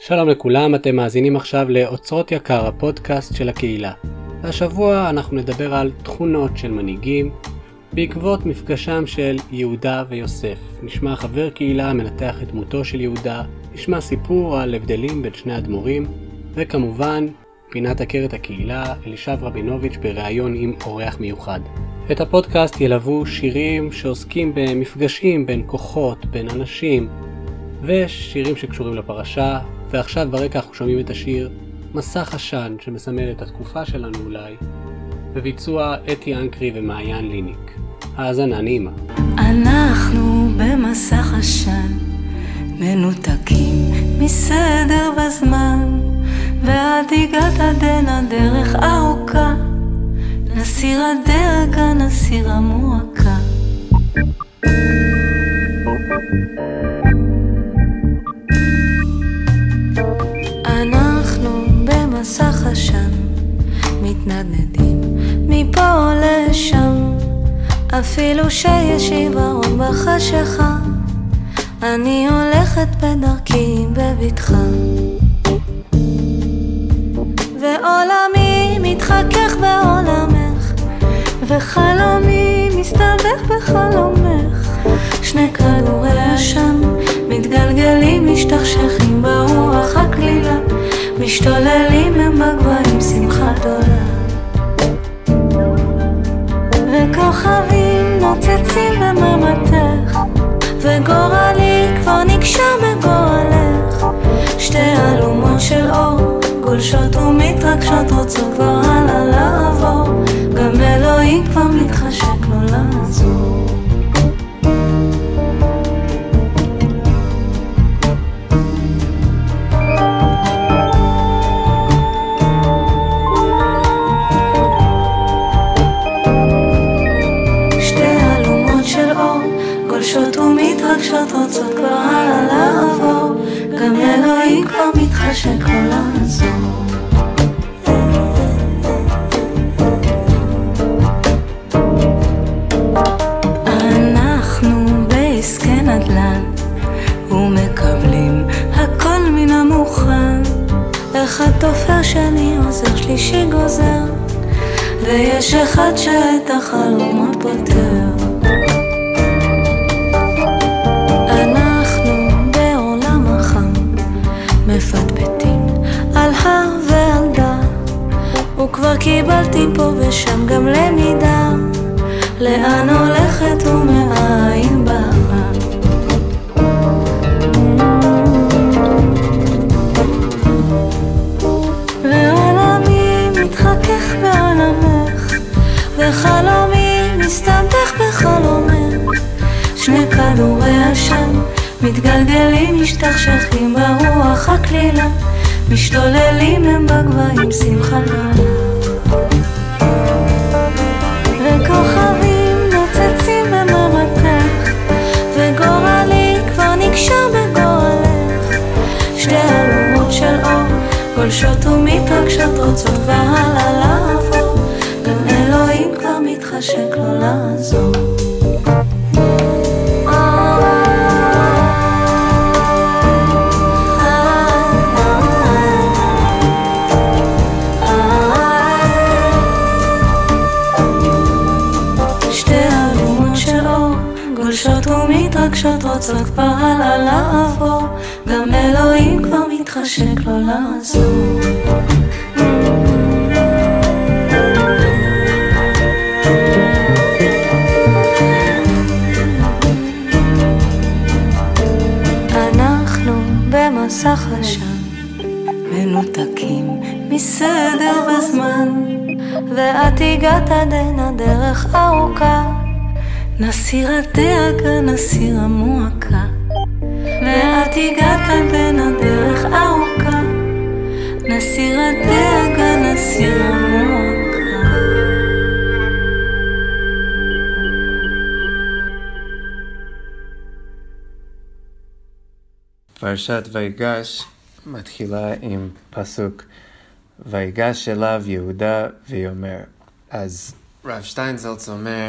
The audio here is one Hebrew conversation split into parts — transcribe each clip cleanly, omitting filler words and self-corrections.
שלום לכולם, אתם מאזינים עכשיו לאוצרות יקר, הפודקאסט של הקהילה. והשבוע אנחנו נדבר על תכונות של מנהיגים בעקבות מפגשם של יהודה ויוסף. נשמע חבר קהילה מנתח את דמותו של יהודה, נשמע סיפור על הבדלים בין שני אדמו"רים, וכמובן פינת הכרת הקהילה, אלישב רבינוביץ' בראיון עם אורח מיוחד. את הפודקאסט ילוו שירים שעוסקים במפגשים בין כוחות, בין אנשים, ושירים שקשורים לפרשה. ועכשיו ברקע אנחנו שומעים את השיר מסך עשן, שמסמל את התקופה שלנו אולי, בביצוע אתי אנקרי ומעיין ליניק. האזנה נעימה. אנחנו במסך עשן, מנותקים מסדר בזמן, ואת הגעת דנה דרך ארוכה, נסיר הדרגה, נסיר המועקה. מסך עשן, מתנדנדים מפה לשם, אפילו שיש עיוורון בחשיכה, אני הולכת בדרכי בבטחה, ועולמי מתחכך בעולמך, וחלומי מסתבך בחלומך. שני כדורי עשן מתגלגלים, משתכשכים ברוח הקלילה, משתוללים הם בגבהים, שמחה גדולה, וכוכבים נוצצים במבטך, וגורלי כבר נקשר בגורלך. שתי אלומות של אור גולשות ומתרגשות, רוצות כבר הלאה לעבור, גם אלוהים כבר מתחשק לו לעזור. מתרגשות רוצות כבר הלאה לעבור, גם אלוהים כבר מתחשק לו לעזור. אנחנו בעסקי נדל"ן ומקבלים הכל מן המוכן, אחד תופר שני עוזר, שלישי גוזר, ויש אחד שאת החלומות פותר. מפטפטים על הר ועל דר, וכבר קיבלתי פה ושם גם למידה, לאן הולכת ומאין באה. ועולמי מתחכך בעולמך, וחלומי מסתבך בחלומך. שני כדורי עשן מתגלגלים, משתכשכים ברוח הקלילה, משתוללים הם בגבהים, שמחה גדולה, וכוכבים נוצצים במבטך, וגורלי כבר נקשר בגורלך. שתי אלומות של אור גולשות ומתרגשות, רוצות כבר הלאה לעבור, גם אלוהים כבר מתחשק לו לעזור. מתרגשות רוצות כבר הלאה לעבור, גם אלוהים כבר מתחשק לו לעזור. אנחנו במסך עשן, מנותקים מסדר בזמן, ואת הגעת דנה דרך ארוכה, נסיר הדרגה, נסיר המועקה, ואת הגעת בין הדרך ארוכה, נסיר הדרגה, נסיר המועקה. פרשת ויגש מתחילה עם פסוק ויגש אליו יהודה ויאמר. אז רב שטיינזלץ אומר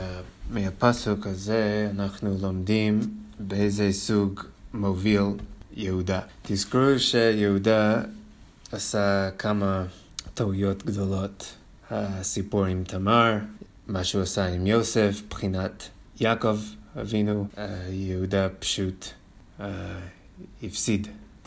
מהפסוק הזה אנחנו לומדים באיזה סוג מוביל יהודה. תזכרו שיהודה עשה כמה טעויות גדולות. הסיפור עם תמר, מה שהוא עשה עם יוסף, בחינת יעקב אבינו, יהודה פשוט הפסיד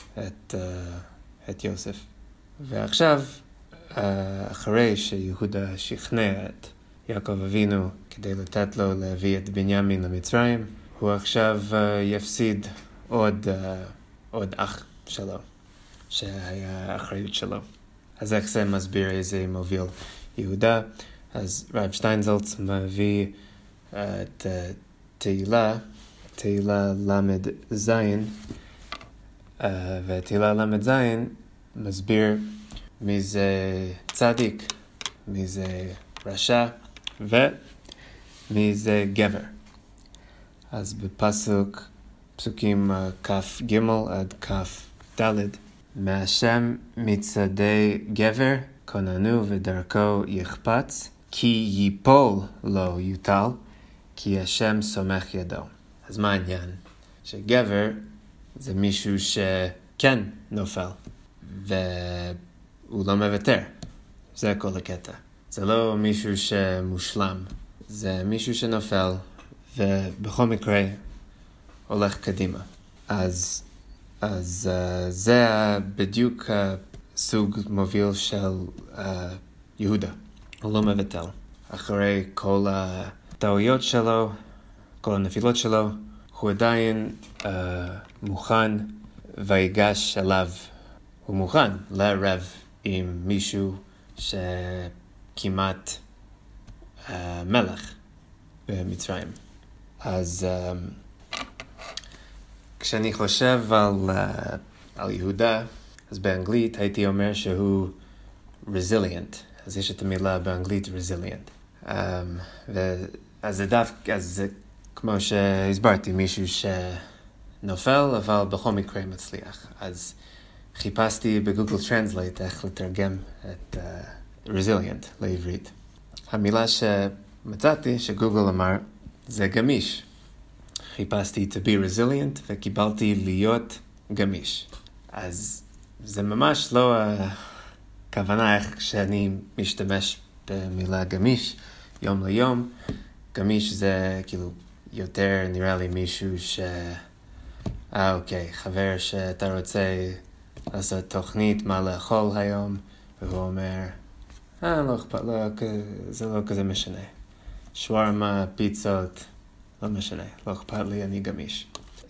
את יוסף. ועכשיו, אחרי שיהודה שכנע את יעקב אבינו כדי לתת לו להביא את בנימין למצרים, הוא עכשיו יפסיד עוד אח שלו, שהיה האחריות שלו. אז איך זה מסביר איזה מוביל יהודה? אז רב שטיינזלץ מביא את תהילה למד זין, ותהילה למד זין מסביר מי זה צדיק, מי זה רשע, ומי זה גבר. אז פסוקים כף ג' עד כף ד', מהשם מצעדי גבר כוננו ודרכו יחפץ, כי ייפול לא יוטל, כי השם סומך ידו. אז מה העניין? שגבר זה מישהו שכן נופל, והוא לא מוותר. זה כל הקטע. זה לא מישהו שמושלם, זה מישהו שנופל, ובכל מקרה הולך קדימה. אז זה בדיוק סוג מוביל של יהודה. הוא לא מבטל. אחרי כל הטעויות שלו, כל הנפילות שלו, הוא עדיין מוכן ויגש אליו. הוא מוכן לערב עם מישהו שכמעט מלך במצרים. אז כשאני חושב על יהודה, אז באנגלית הייתי אומר שהוא resilient. אז יש את המילה באנגלית resilient. אז זה כמו שהסברתי, מישהו שנופל, אבל בכל מקרה מצליח. אז חיפשתי בגוגל טרנסלייט איך לתרגם את resilient לעברית. המילה שמצאתי, שגוגל אמר, זה גמיש. חיפשתי to be resilient וקיבלתי להיות גמיש. אז זה ממש לא הכוונה איך שאני משתמש במילה גמיש יום ליום. גמיש זה כאילו יותר נראה לי מישהו אוקיי, חבר שאתה רוצה לעשות תוכנית מה לאכול היום, והוא אומר, לא אכפת, זה לא כזה משנה. שווארמה, פיצות, לא משנה, לא אכפת לי, אני גמיש.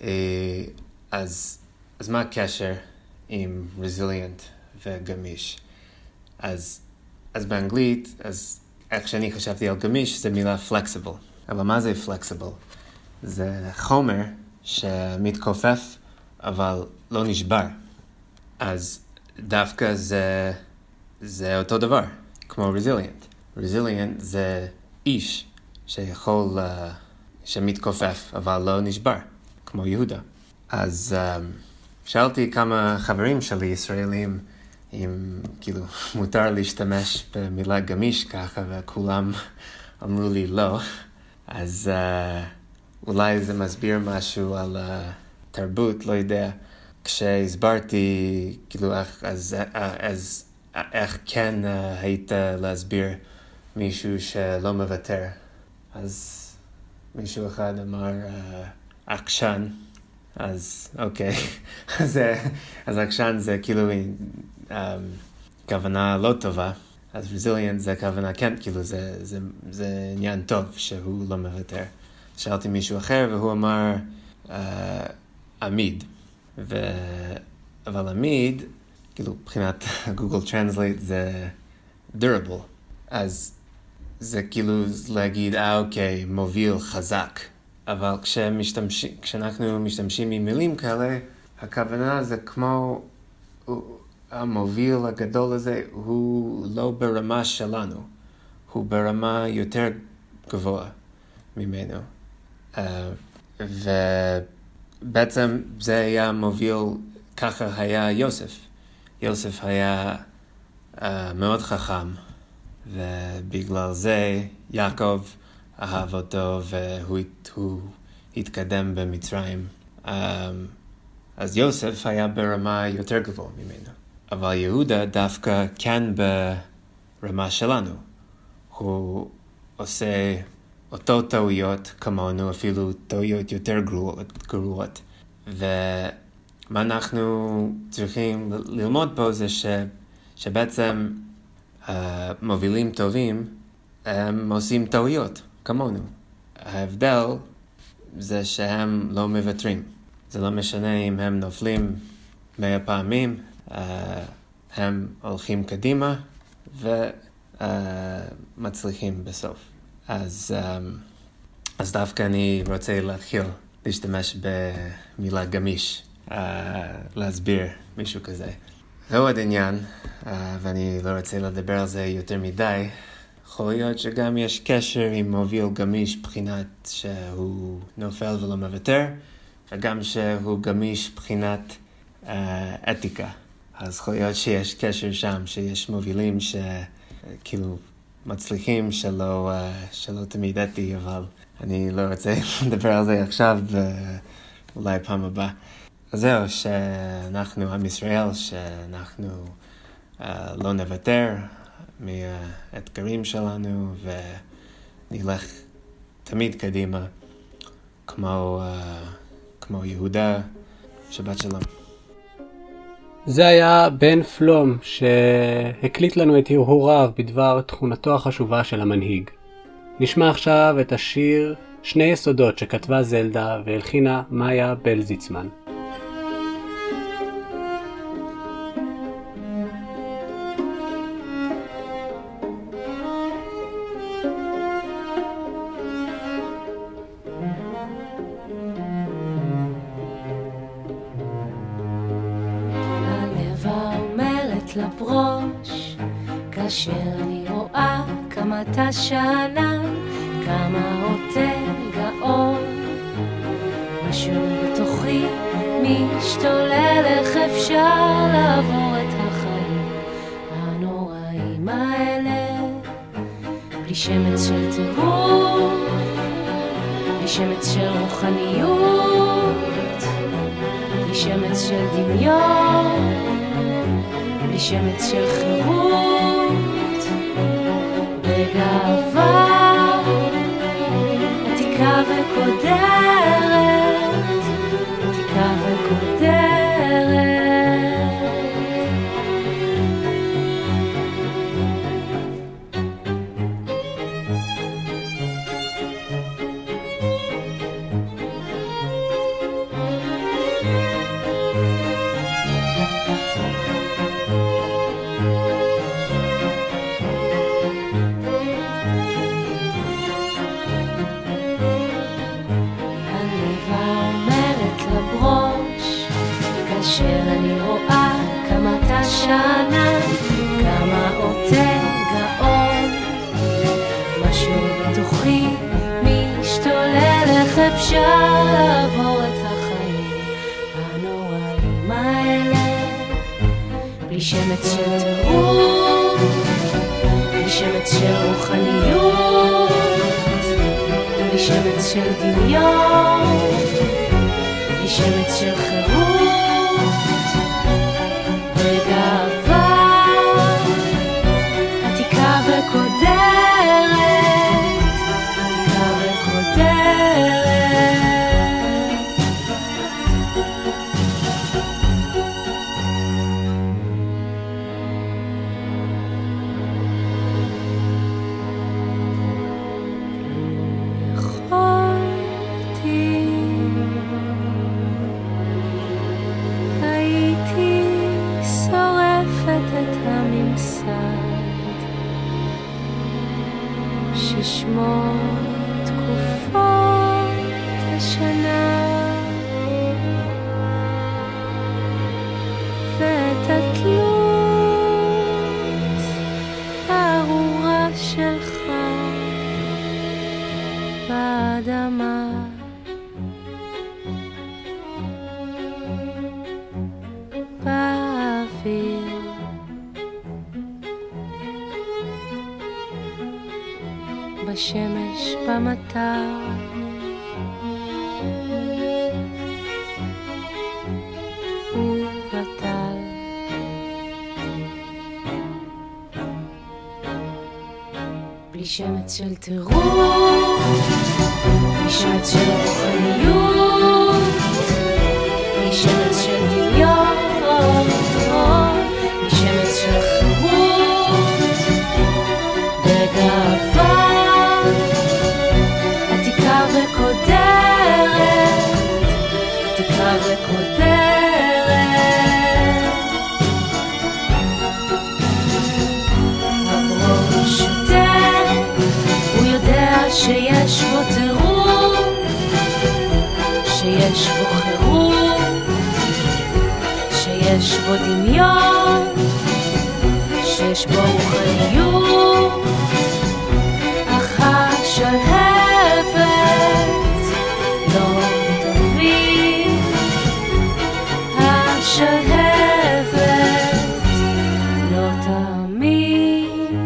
אז מה הקשר עם resilient וגמיש? אז באנגלית, אז איך שאני חשבתי על גמיש, זה מילה flexible. אבל מה זה flexible? זה חומר שמתכופף, אבל לא נשבר. אז דווקא זה אותו דבר, כמו resilient. resilient זה איש שיכול, שמתכופף, אבל לא נשבר, כמו יהודה. אז שאלתי כמה חברים שלי ישראלים, אם כאילו מותר להשתמש במילה גמיש ככה, וכולם אמרו לי לא. אז אולי זה מסביר משהו על התרבות, לא יודע. כשהסברתי, כאילו, איך כן היית להסביר מישהו שלא מוותר. אז מישהו אחד אמר עקשן, אז אוקיי. אז עקשן זה כאילו כוונה לא טובה. אז resilient זה כוונה כן, כאילו זה עניין טוב שהוא לא מוותר. שאלתי מישהו אחר והוא אמר עמיד. אבל עמיד, כאילו מבחינת גוגל טרנסלייט זה durable. אז זה כאילו להגיד, אוקיי, מוביל חזק. אבל כשאנחנו משתמשים עם מילים כאלה, הכוונה זה כמו המוביל הגדול הזה, הוא לא ברמה שלנו. הוא ברמה יותר גבוהה ממנו. ובעצם זה היה מוביל, ככה היה יוסף. יוסף היה מאוד חכם, ובגלל זה יעקב אהב אותו והוא התקדם במצרים. אז יוסף היה ברמה יותר גבוה ממנו. אבל יהודה דווקא כן ברמה שלנו. הוא עושה אותו טעויות כמונו, אפילו טעויות יותר גרועות. ומה אנחנו צריכים ללמוד פה זה שבעצם מובילים טובים הם עושים טעויות כמונו. ההבדל זה שהם לא מוותרים. זה לא משנה אם הם נופלים 100 פעמים, הם הולכים קדימה ומצליחים בסוף. אז דווקא אני רוצה להתחיל להשתמש במילה גמיש, להסביר מישהו כזה. זה עוד עניין, ואני לא רוצה לדבר על זה יותר מדי. יכול להיות שגם יש קשר עם מוביל גמיש בחינת שהוא נופל ולא מוותר, וגם שהוא גמיש בחינת אתיקה. אז יכול להיות שיש קשר שם, שיש מובילים שכאילו מצליחים שלא תמיד אתי, אבל אני לא רוצה לדבר על זה עכשיו, ואולי פעם הבאה. אז זהו, שאנחנו עם ישראל, שאנחנו לא נוותר מהאתגרים שלנו, ונלך תמיד קדימה, כמו יהודה. שבת שלום. זה היה בן פלום שהקליט לנו את הרהוריו בדבר תכונתו החשובה של המנהיג. נשמע עכשיו את השיר שני יסודות שכתבה זלדה והלחינה מאיה בלזיצמן. לברוש, כאשר אני רואה כמה אתה שאנן, כמה עוטה גאון, משהו בתוכי משתולל, איך אפשר לעבור את החיים הנוראים האלה בלי שמץ של טירוף, בלי שמץ של רוחניות, בלי שמץ של דמיון, בלי שמץ של חירות, בגאווה עתיקה וקודרת, עתיקה וקודרת. כאשר אני רואה כמה אתה שאנן, כמה עוטה גאון, משהו בתוכי משתולל, איך אפשר לעבור את החיים הנוראים האלה בלי שמץ של טירוף, בלי שמץ של רוחניות, בלי שמץ של דמיון, בלי שמץ של חירות, בגאווה עתיקה וקודרת, עתיקה וקודרת. ששמו תקופות השנה ואת התלות הארורה שלך באדמה, באוויר, בשמש, במטר, בטל. בלי שמץ של טירוף, בלי שמץ של רוחניות, בלי שמץ של דמיון, בלי שמץ של חירות, בגאווה עתיקה וקודרת, עתיקה וקודרת. הברור שוטר, הוא יודע שיש בו טירוף, שיש בו חירות, שיש בו דמיון, שיש בו רוחניות, אך השלהבת לא תבין, השלהבת לא תאמין.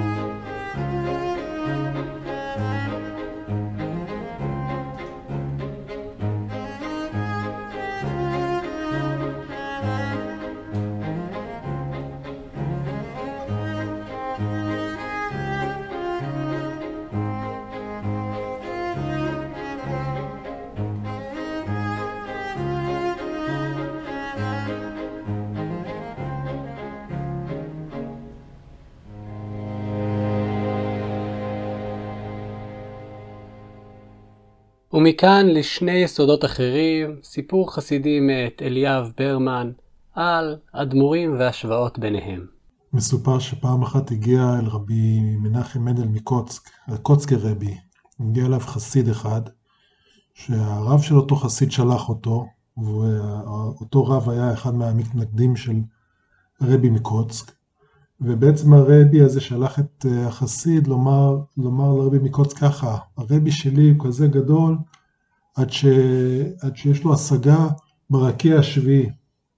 ומכאן לשני יסודות אחרים, סיפור חסידי מאת אליאב ברמן על אדמו"רים והשוואות ביניהם. מסופר שפעם אחת הגיע אל רבי מנחם מנדל מקוצק, הקוצקי רבי, הגיע אליו חסיד אחד, שהרב של אותו חסיד שלח אותו, ואותו רב היה אחד מהמתנגדים של רבי מקוצק, ובעצם הרבי הזה שלח את החסיד לומר לרבי מקוצק ככה, הרבי שלי הוא כזה גדול, עד שיש לו השגה ברקיע השביעי.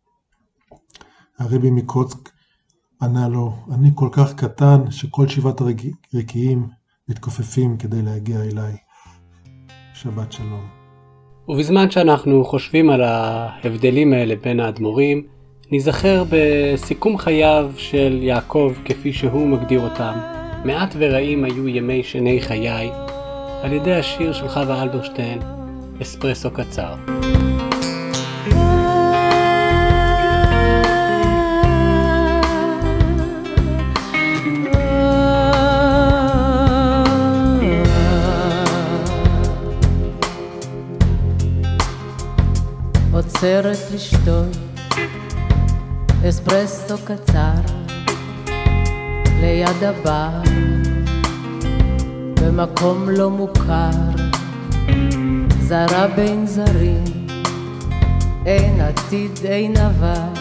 הרבי מקוצק ענה לו, אני כל כך קטן שכל שבעת הרקיעים מתכופפים כדי להגיע אליי. שבת שלום. ובזמן שאנחנו חושבים על ההבדלים האלה בין האדמו"רים, נזכר בסיכום חייו של יעקב כפי שהוא מגדיר אותם. מעט ורעים היו ימי שני חיי, על ידי השיר של חווה אלברשטיין, אספרסו קצר. עוצרת לשתות אספרסו קצר ליד הבר במקום לא מוכר, זרה בין זרים, אין עתיד אין עבר,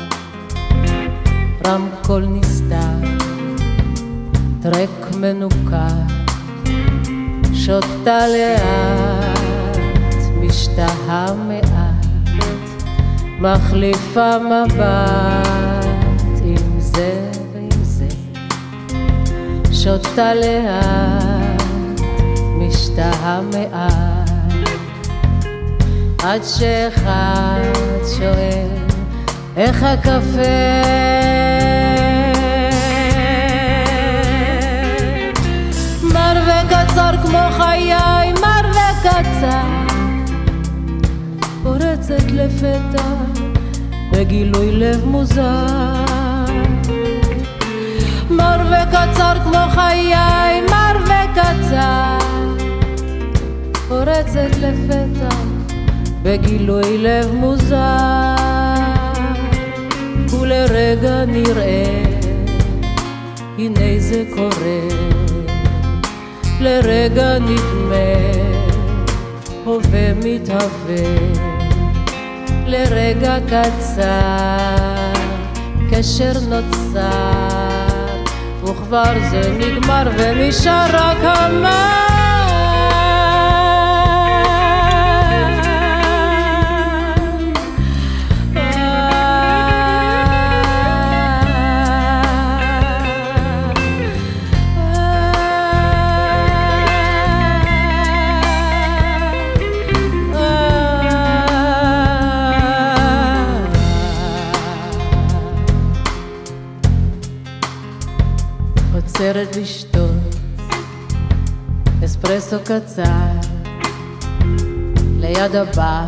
רמקול נסתר, טרק מנוכר, שותה לאט, משתהה מעט, מחליפה מבט עם זה ועם זה, שותה לאט, משתהה מעט, עד שאחד שואל איך הקפה, מר וקצר כמו חיי, מר וקצר, פורצת לפתע בגילוי לב מוזר, מר וקצר כמו חיי, מר וקצר, פורצת לפתע בגילוי לב מוזר, ולרגע נראה הנה זה קורה, לרגע נדמה הווה מתהווה, לרגע קצר קשר נוצר, וכבר זה נגמר ונשאר רק המים. עוצרת לשתות אספרסו קצר ליד הבר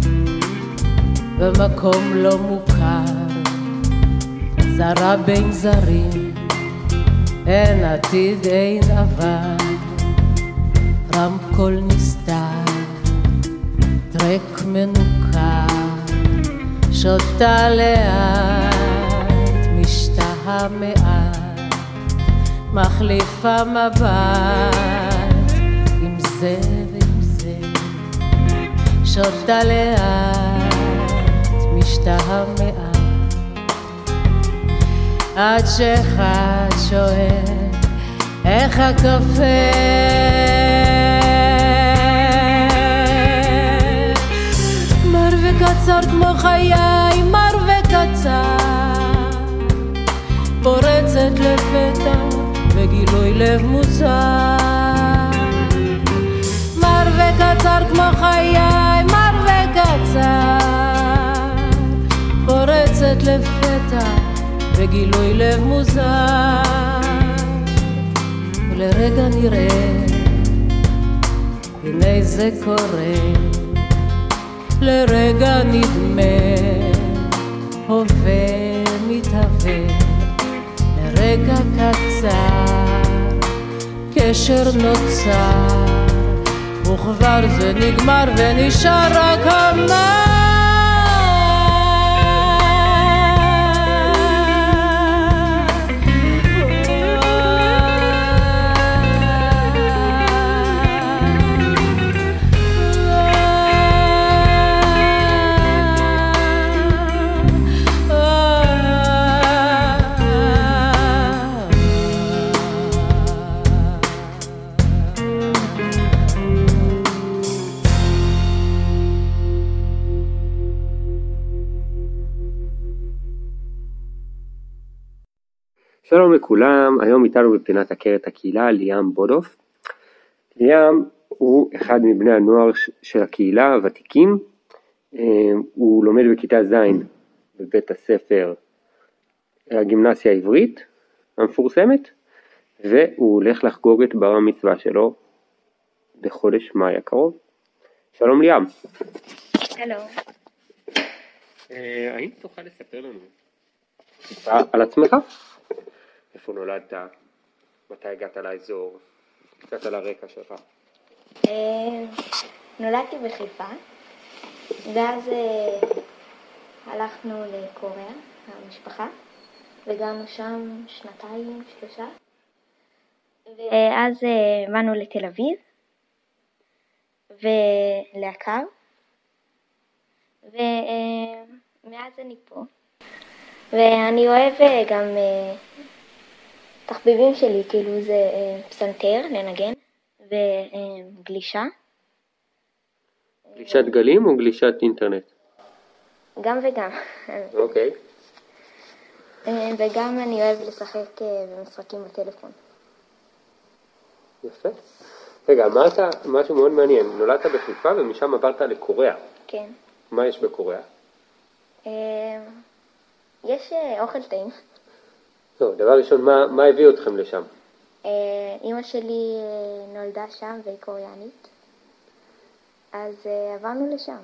במקום לא מוכר, זרה בין זרים, אין עתיד אין עבר, רמקול נסתר, טרק מנוכר, שותה לאט, משתה מעט, מחליפה מבט, עם זה ועם זה, שותה לאט, משתה מעט, עד שאחד שואל איך הקפה, מר וקצר כמו חיי, מר וקצר, פורצת לפתע וגילוי לב מוזר, מר וקצר כמו חיי, מר וקצר, פורצת לפתע וגילוי לב מוזר, ולרגע נראה, הנה זה קורה, לרגע נדמה, הווה מתהווה, לרגע קצר, קשר נוצר, וכבר זה נגמר ונשאר רק המים. שלום לכולם, היום איתנו בפינת הכרת הקהילה ליאם בודוף. ליאם הוא אחד מבני הנוער של הקהילה הוותיקים, הוא לומד בכיתה ז' בבית הספר הגימנסיה העברית המפורסמת, והוא הולך לחגוג את בר המצווה שלו בחודש מאי הקרוב. שלום ליאם. שלום. האם תוכל לספר לנו על עצמך? איפה נולדת? מתי הגעת לאזור? קצת על הרקע שלך. נולדתי בחיפה, ואז הלכנו לקוריאה, המשפחה, וגרנו שם 2-3, ואז באנו לתל אביב, ולעקב, ומאז אני פה. ואני אוהב גם תחביבים שלי, כאילו זה פסנתר, לנגן, וגלישה. גלישת גלים או גלישת אינטרנט? גם וגם. אוקיי. וגם אני אוהב לשחק במשחקים בטלפון. יפה. רגע, אמרת משהו מאוד מעניין. נולדת בחיפה ומשם עברת לקוריאה. כן. מה יש בקוריאה? יש אוכל טעים. טוב, דבר ראשון, מה הביא אתכם לשם? אמא שלי נולדה שם והיא קוריאנית, אז עברנו לשם.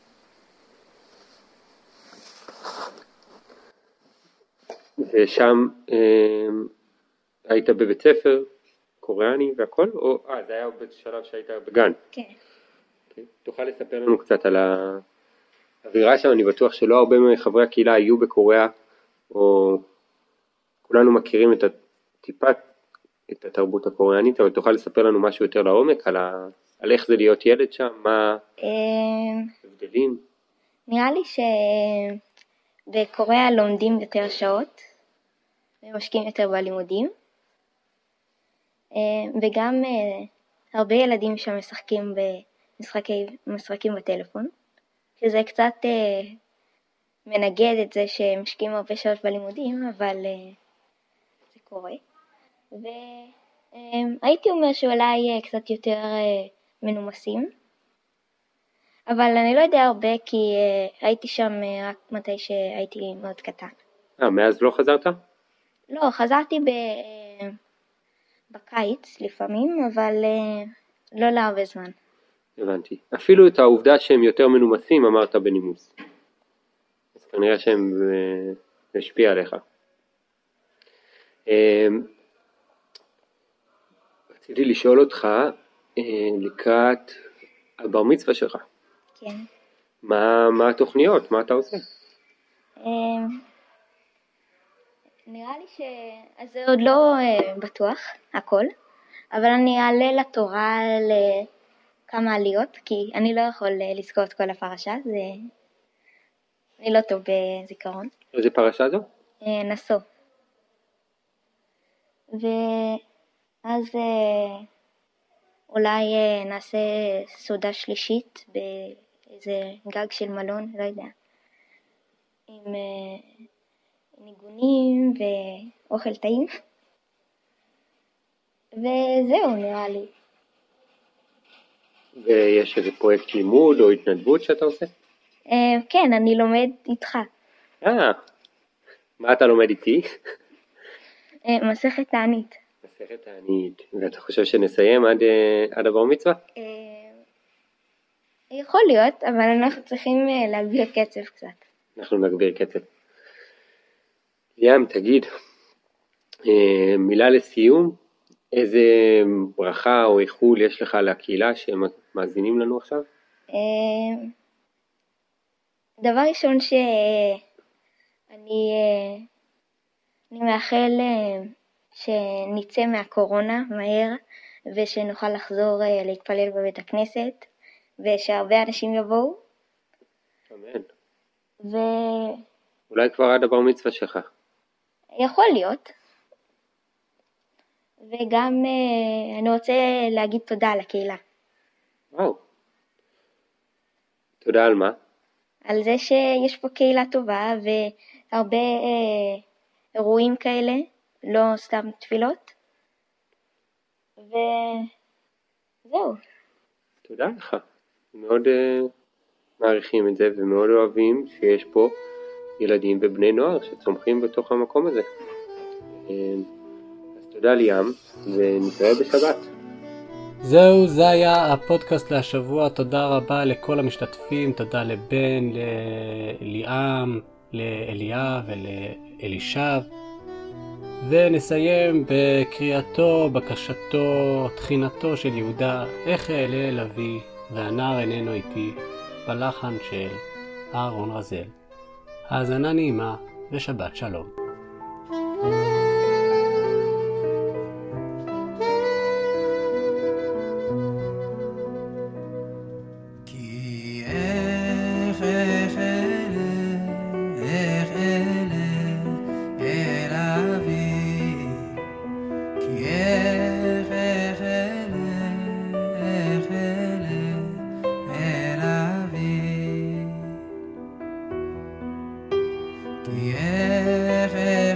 ושם היית בבית ספר קוריאני והכל? או זה היה בשלב שהיית בגן? כן. תוכל לספר לנו קצת על האווירה שם? אני בטוח שלא הרבה מחברי הקהילה היו בקוריאה, או כולנו מכירים את התרבות הקוריאנית, אבל תוכל לספר לנו משהו יותר לעומק על איך זה להיות ילד שם, מה הבדלים? נראה לי שבקוריאה לומדים יותר שעות, ומשקיעים יותר בלימודים, וגם הרבה ילדים שם משחקים במשחקים בטלפון, שזה קצת מנגד את זה שמשקיעים הרבה שעות בלימודים, אבל זה קורה. והייתי אומר שאולי קצת יותר מנומסים, אבל אני לא יודע הרבה כי הייתי שם רק מתי שהייתי מאוד קטן. מאז לא חזרת? לא, חזרתי בקיץ לפעמים, אבל לא להרבה זמן. הבנתי. אפילו את העובדה שהם יותר מנומסים אמרת בנימוס. אז כנראה שהם השפיע עליך. רציתי לשאול אותך לקראת הבר מצווה שלך. כן. מה התוכניות? מה אתה עושה? נראה לי אז זה עוד לא בטוח, הכל, אבל אני אעלה לתורה לכמה עליות, כי אני לא יכול לזכור את כל הפרשה, אני לא טוב בזיכרון. איזה פרשה זו? נשוא. ואז אולי נעשה סעודה שלישית באיזה גג של מלון, לא יודע, עם ניגונים ואוכל טעים. וזהו, נראה לי. ויש איזה פרויקט לימוד או התנדבות שאתה עושה? כן, אני לומד איתך. מה אתה לומד איתי? מסכת תענית. מסכת תענית. ואתה חושב שנסיים עד הבר מצווה? יכול להיות, אבל אנחנו צריכים להגביר קצב קצת. אנחנו נגביר קצב. ים, תגיד, מילה לסיום, איזה ברכה או איחול יש לך לקהילה שמאזינים לנו עכשיו? דבר ראשון שאני מאחל שנצא מהקורונה מהר, ושנוכל לחזור להתפלל בבית הכנסת, ושהרבה אנשים יבואו. אמן. אולי כבר עד הבר מצווה שלך. יכול להיות. וגם אני רוצה להגיד תודה לקהילה. וואו. תודה על מה? על זה שיש פה קהילה טובה והרבה אירועים כאלה, לא סתם תפילות. וזהו. תודה לך. מאוד מעריכים את זה ומאוד אוהבים שיש פה ילדים ובני נוער שצומחים בתוך המקום הזה. אז תודה ליאם, ונתראה בשבת. זהו, זה היה הפודקאסט להשבוע. תודה רבה לכל המשתתפים, תודה לבן, לליאם, לאליה ולאלישב. ונסיים בקריאתו, בקשתו, תחינתו של יהודה, איך אעלה אל אבי והנער איננו איתי, בלחן של אהרון רזל. האזנה נעימה ושבת שלום. Yeah.